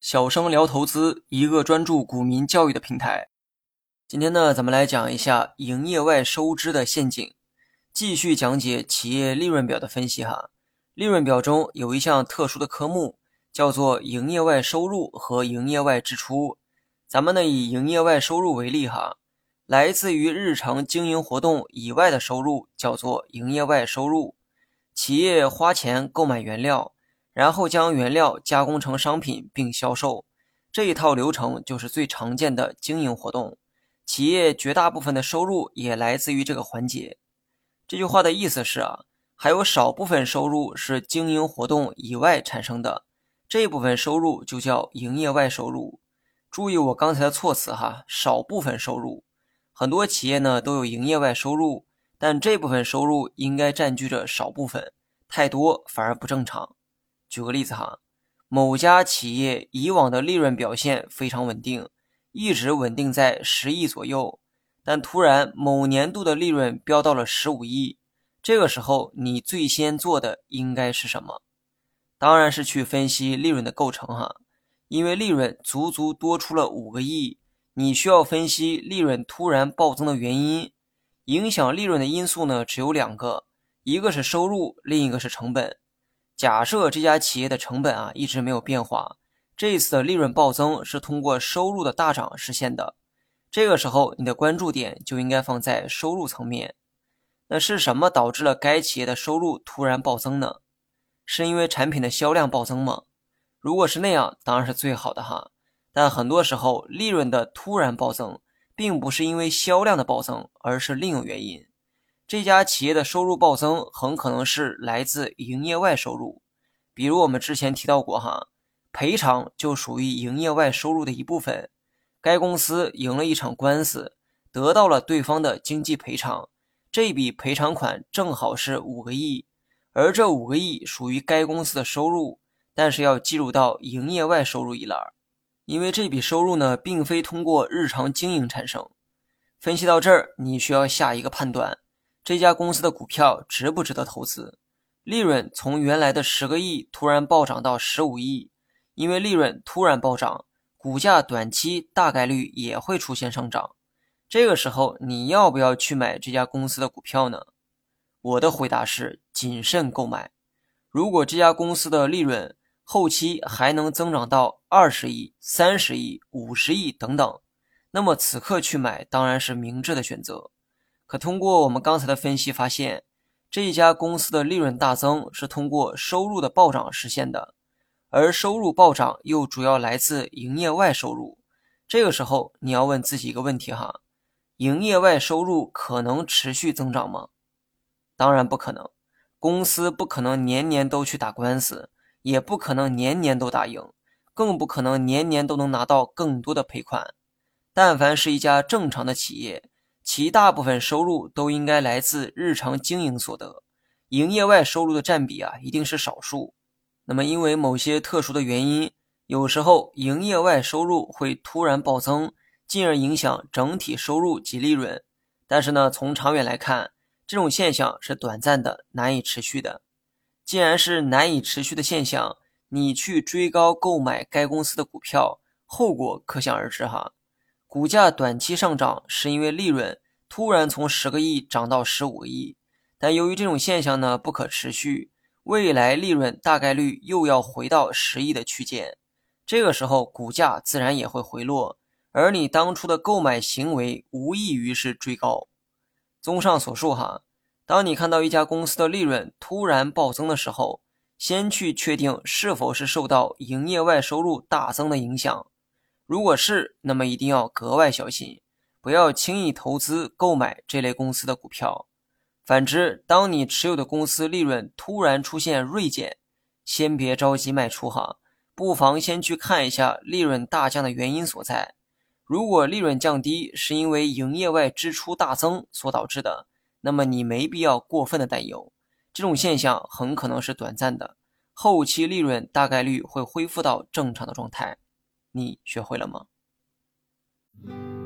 小生聊投资，一个专注股民教育的平台。今天呢，咱们来讲一下营业外收支的陷阱，继续讲解企业利润表的分析哈。利润表中有一项特殊的科目，叫做营业外收入和营业外支出。咱们呢以营业外收入为例哈，来自于日常经营活动以外的收入叫做营业外收入。企业花钱购买原料，然后将原料加工成商品并销售，这一套流程就是最常见的经营活动。企业绝大部分的收入也来自于这个环节。这句话的意思是还有少部分收入是经营活动以外产生的，这部分收入就叫营业外收入。注意我刚才的措辞哈，少部分收入。很多企业呢都有营业外收入，但这部分收入应该占据着少部分，太多反而不正常。举个例子哈，某家企业以往的利润表现非常稳定，一直稳定在10亿左右，但突然某年度的利润飙到了15亿，这个时候你最先做的应该是什么？当然是去分析利润的构成哈，因为利润足足多出了5个亿，你需要分析利润突然暴增的原因。影响利润的因素呢只有2个，一个是收入，另一个是成本。假设这家企业的成本一直没有变化，这一次的利润暴增是通过收入的大涨实现的，这个时候你的关注点就应该放在收入层面。那是什么导致了该企业的收入突然暴增呢？是因为产品的销量暴增吗？如果是那样，当然是最好的哈。但很多时候利润的突然暴增并不是因为销量的暴增，而是另有原因。这家企业的收入暴增很可能是来自营业外收入，比如我们之前提到过哈，赔偿就属于营业外收入的一部分。该公司赢了一场官司，得到了对方的经济赔偿，这笔赔偿款正好是5个亿，而这5个亿属于该公司的收入，但是要计入到营业外收入一栏，因为这笔收入呢并非通过日常经营产生。分析到这儿，你需要下一个判断，这家公司的股票值不值得投资？利润从原来的10个亿突然暴涨到15亿，因为利润突然暴涨，股价短期大概率也会出现上涨。这个时候你要不要去买这家公司的股票呢？我的回答是谨慎购买。如果这家公司的利润后期还能增长到20亿、30亿、50亿等等，那么此刻去买当然是明智的选择。可通过我们刚才的分析发现，这一家公司的利润大增是通过收入的暴涨实现的，而收入暴涨又主要来自营业外收入。这个时候你要问自己一个问题哈，营业外收入可能持续增长吗？当然不可能，公司不可能年年都去打官司，也不可能年年都打赢，更不可能年年都能拿到更多的赔款。但凡是一家正常的企业，其大部分收入都应该来自日常经营所得，营业外收入的占比一定是少数。那么因为某些特殊的原因，有时候营业外收入会突然暴增，进而影响整体收入及利润。但是呢，从长远来看，这种现象是短暂的，难以持续的。既然是难以持续的现象，你去追高购买该公司的股票，后果可想而知哈。股价短期上涨是因为利润突然从10个亿涨到15个亿，但由于这种现象呢不可持续，未来利润大概率又要回到10亿的区间，这个时候股价自然也会回落，而你当初的购买行为无异于是追高。综上所述哈，当你看到一家公司的利润突然暴增的时候，先去确定是否是受到营业外收入大增的影响。如果是，那么一定要格外小心，不要轻易投资购买这类公司的股票。反之，当你持有的公司利润突然出现锐减，先别着急卖出哈，不妨先去看一下利润大降的原因所在。如果利润降低是因为营业外支出大增所导致的，那么你没必要过分的担忧，这种现象很可能是短暂的，后期利润大概率会恢复到正常的状态。你学会了吗？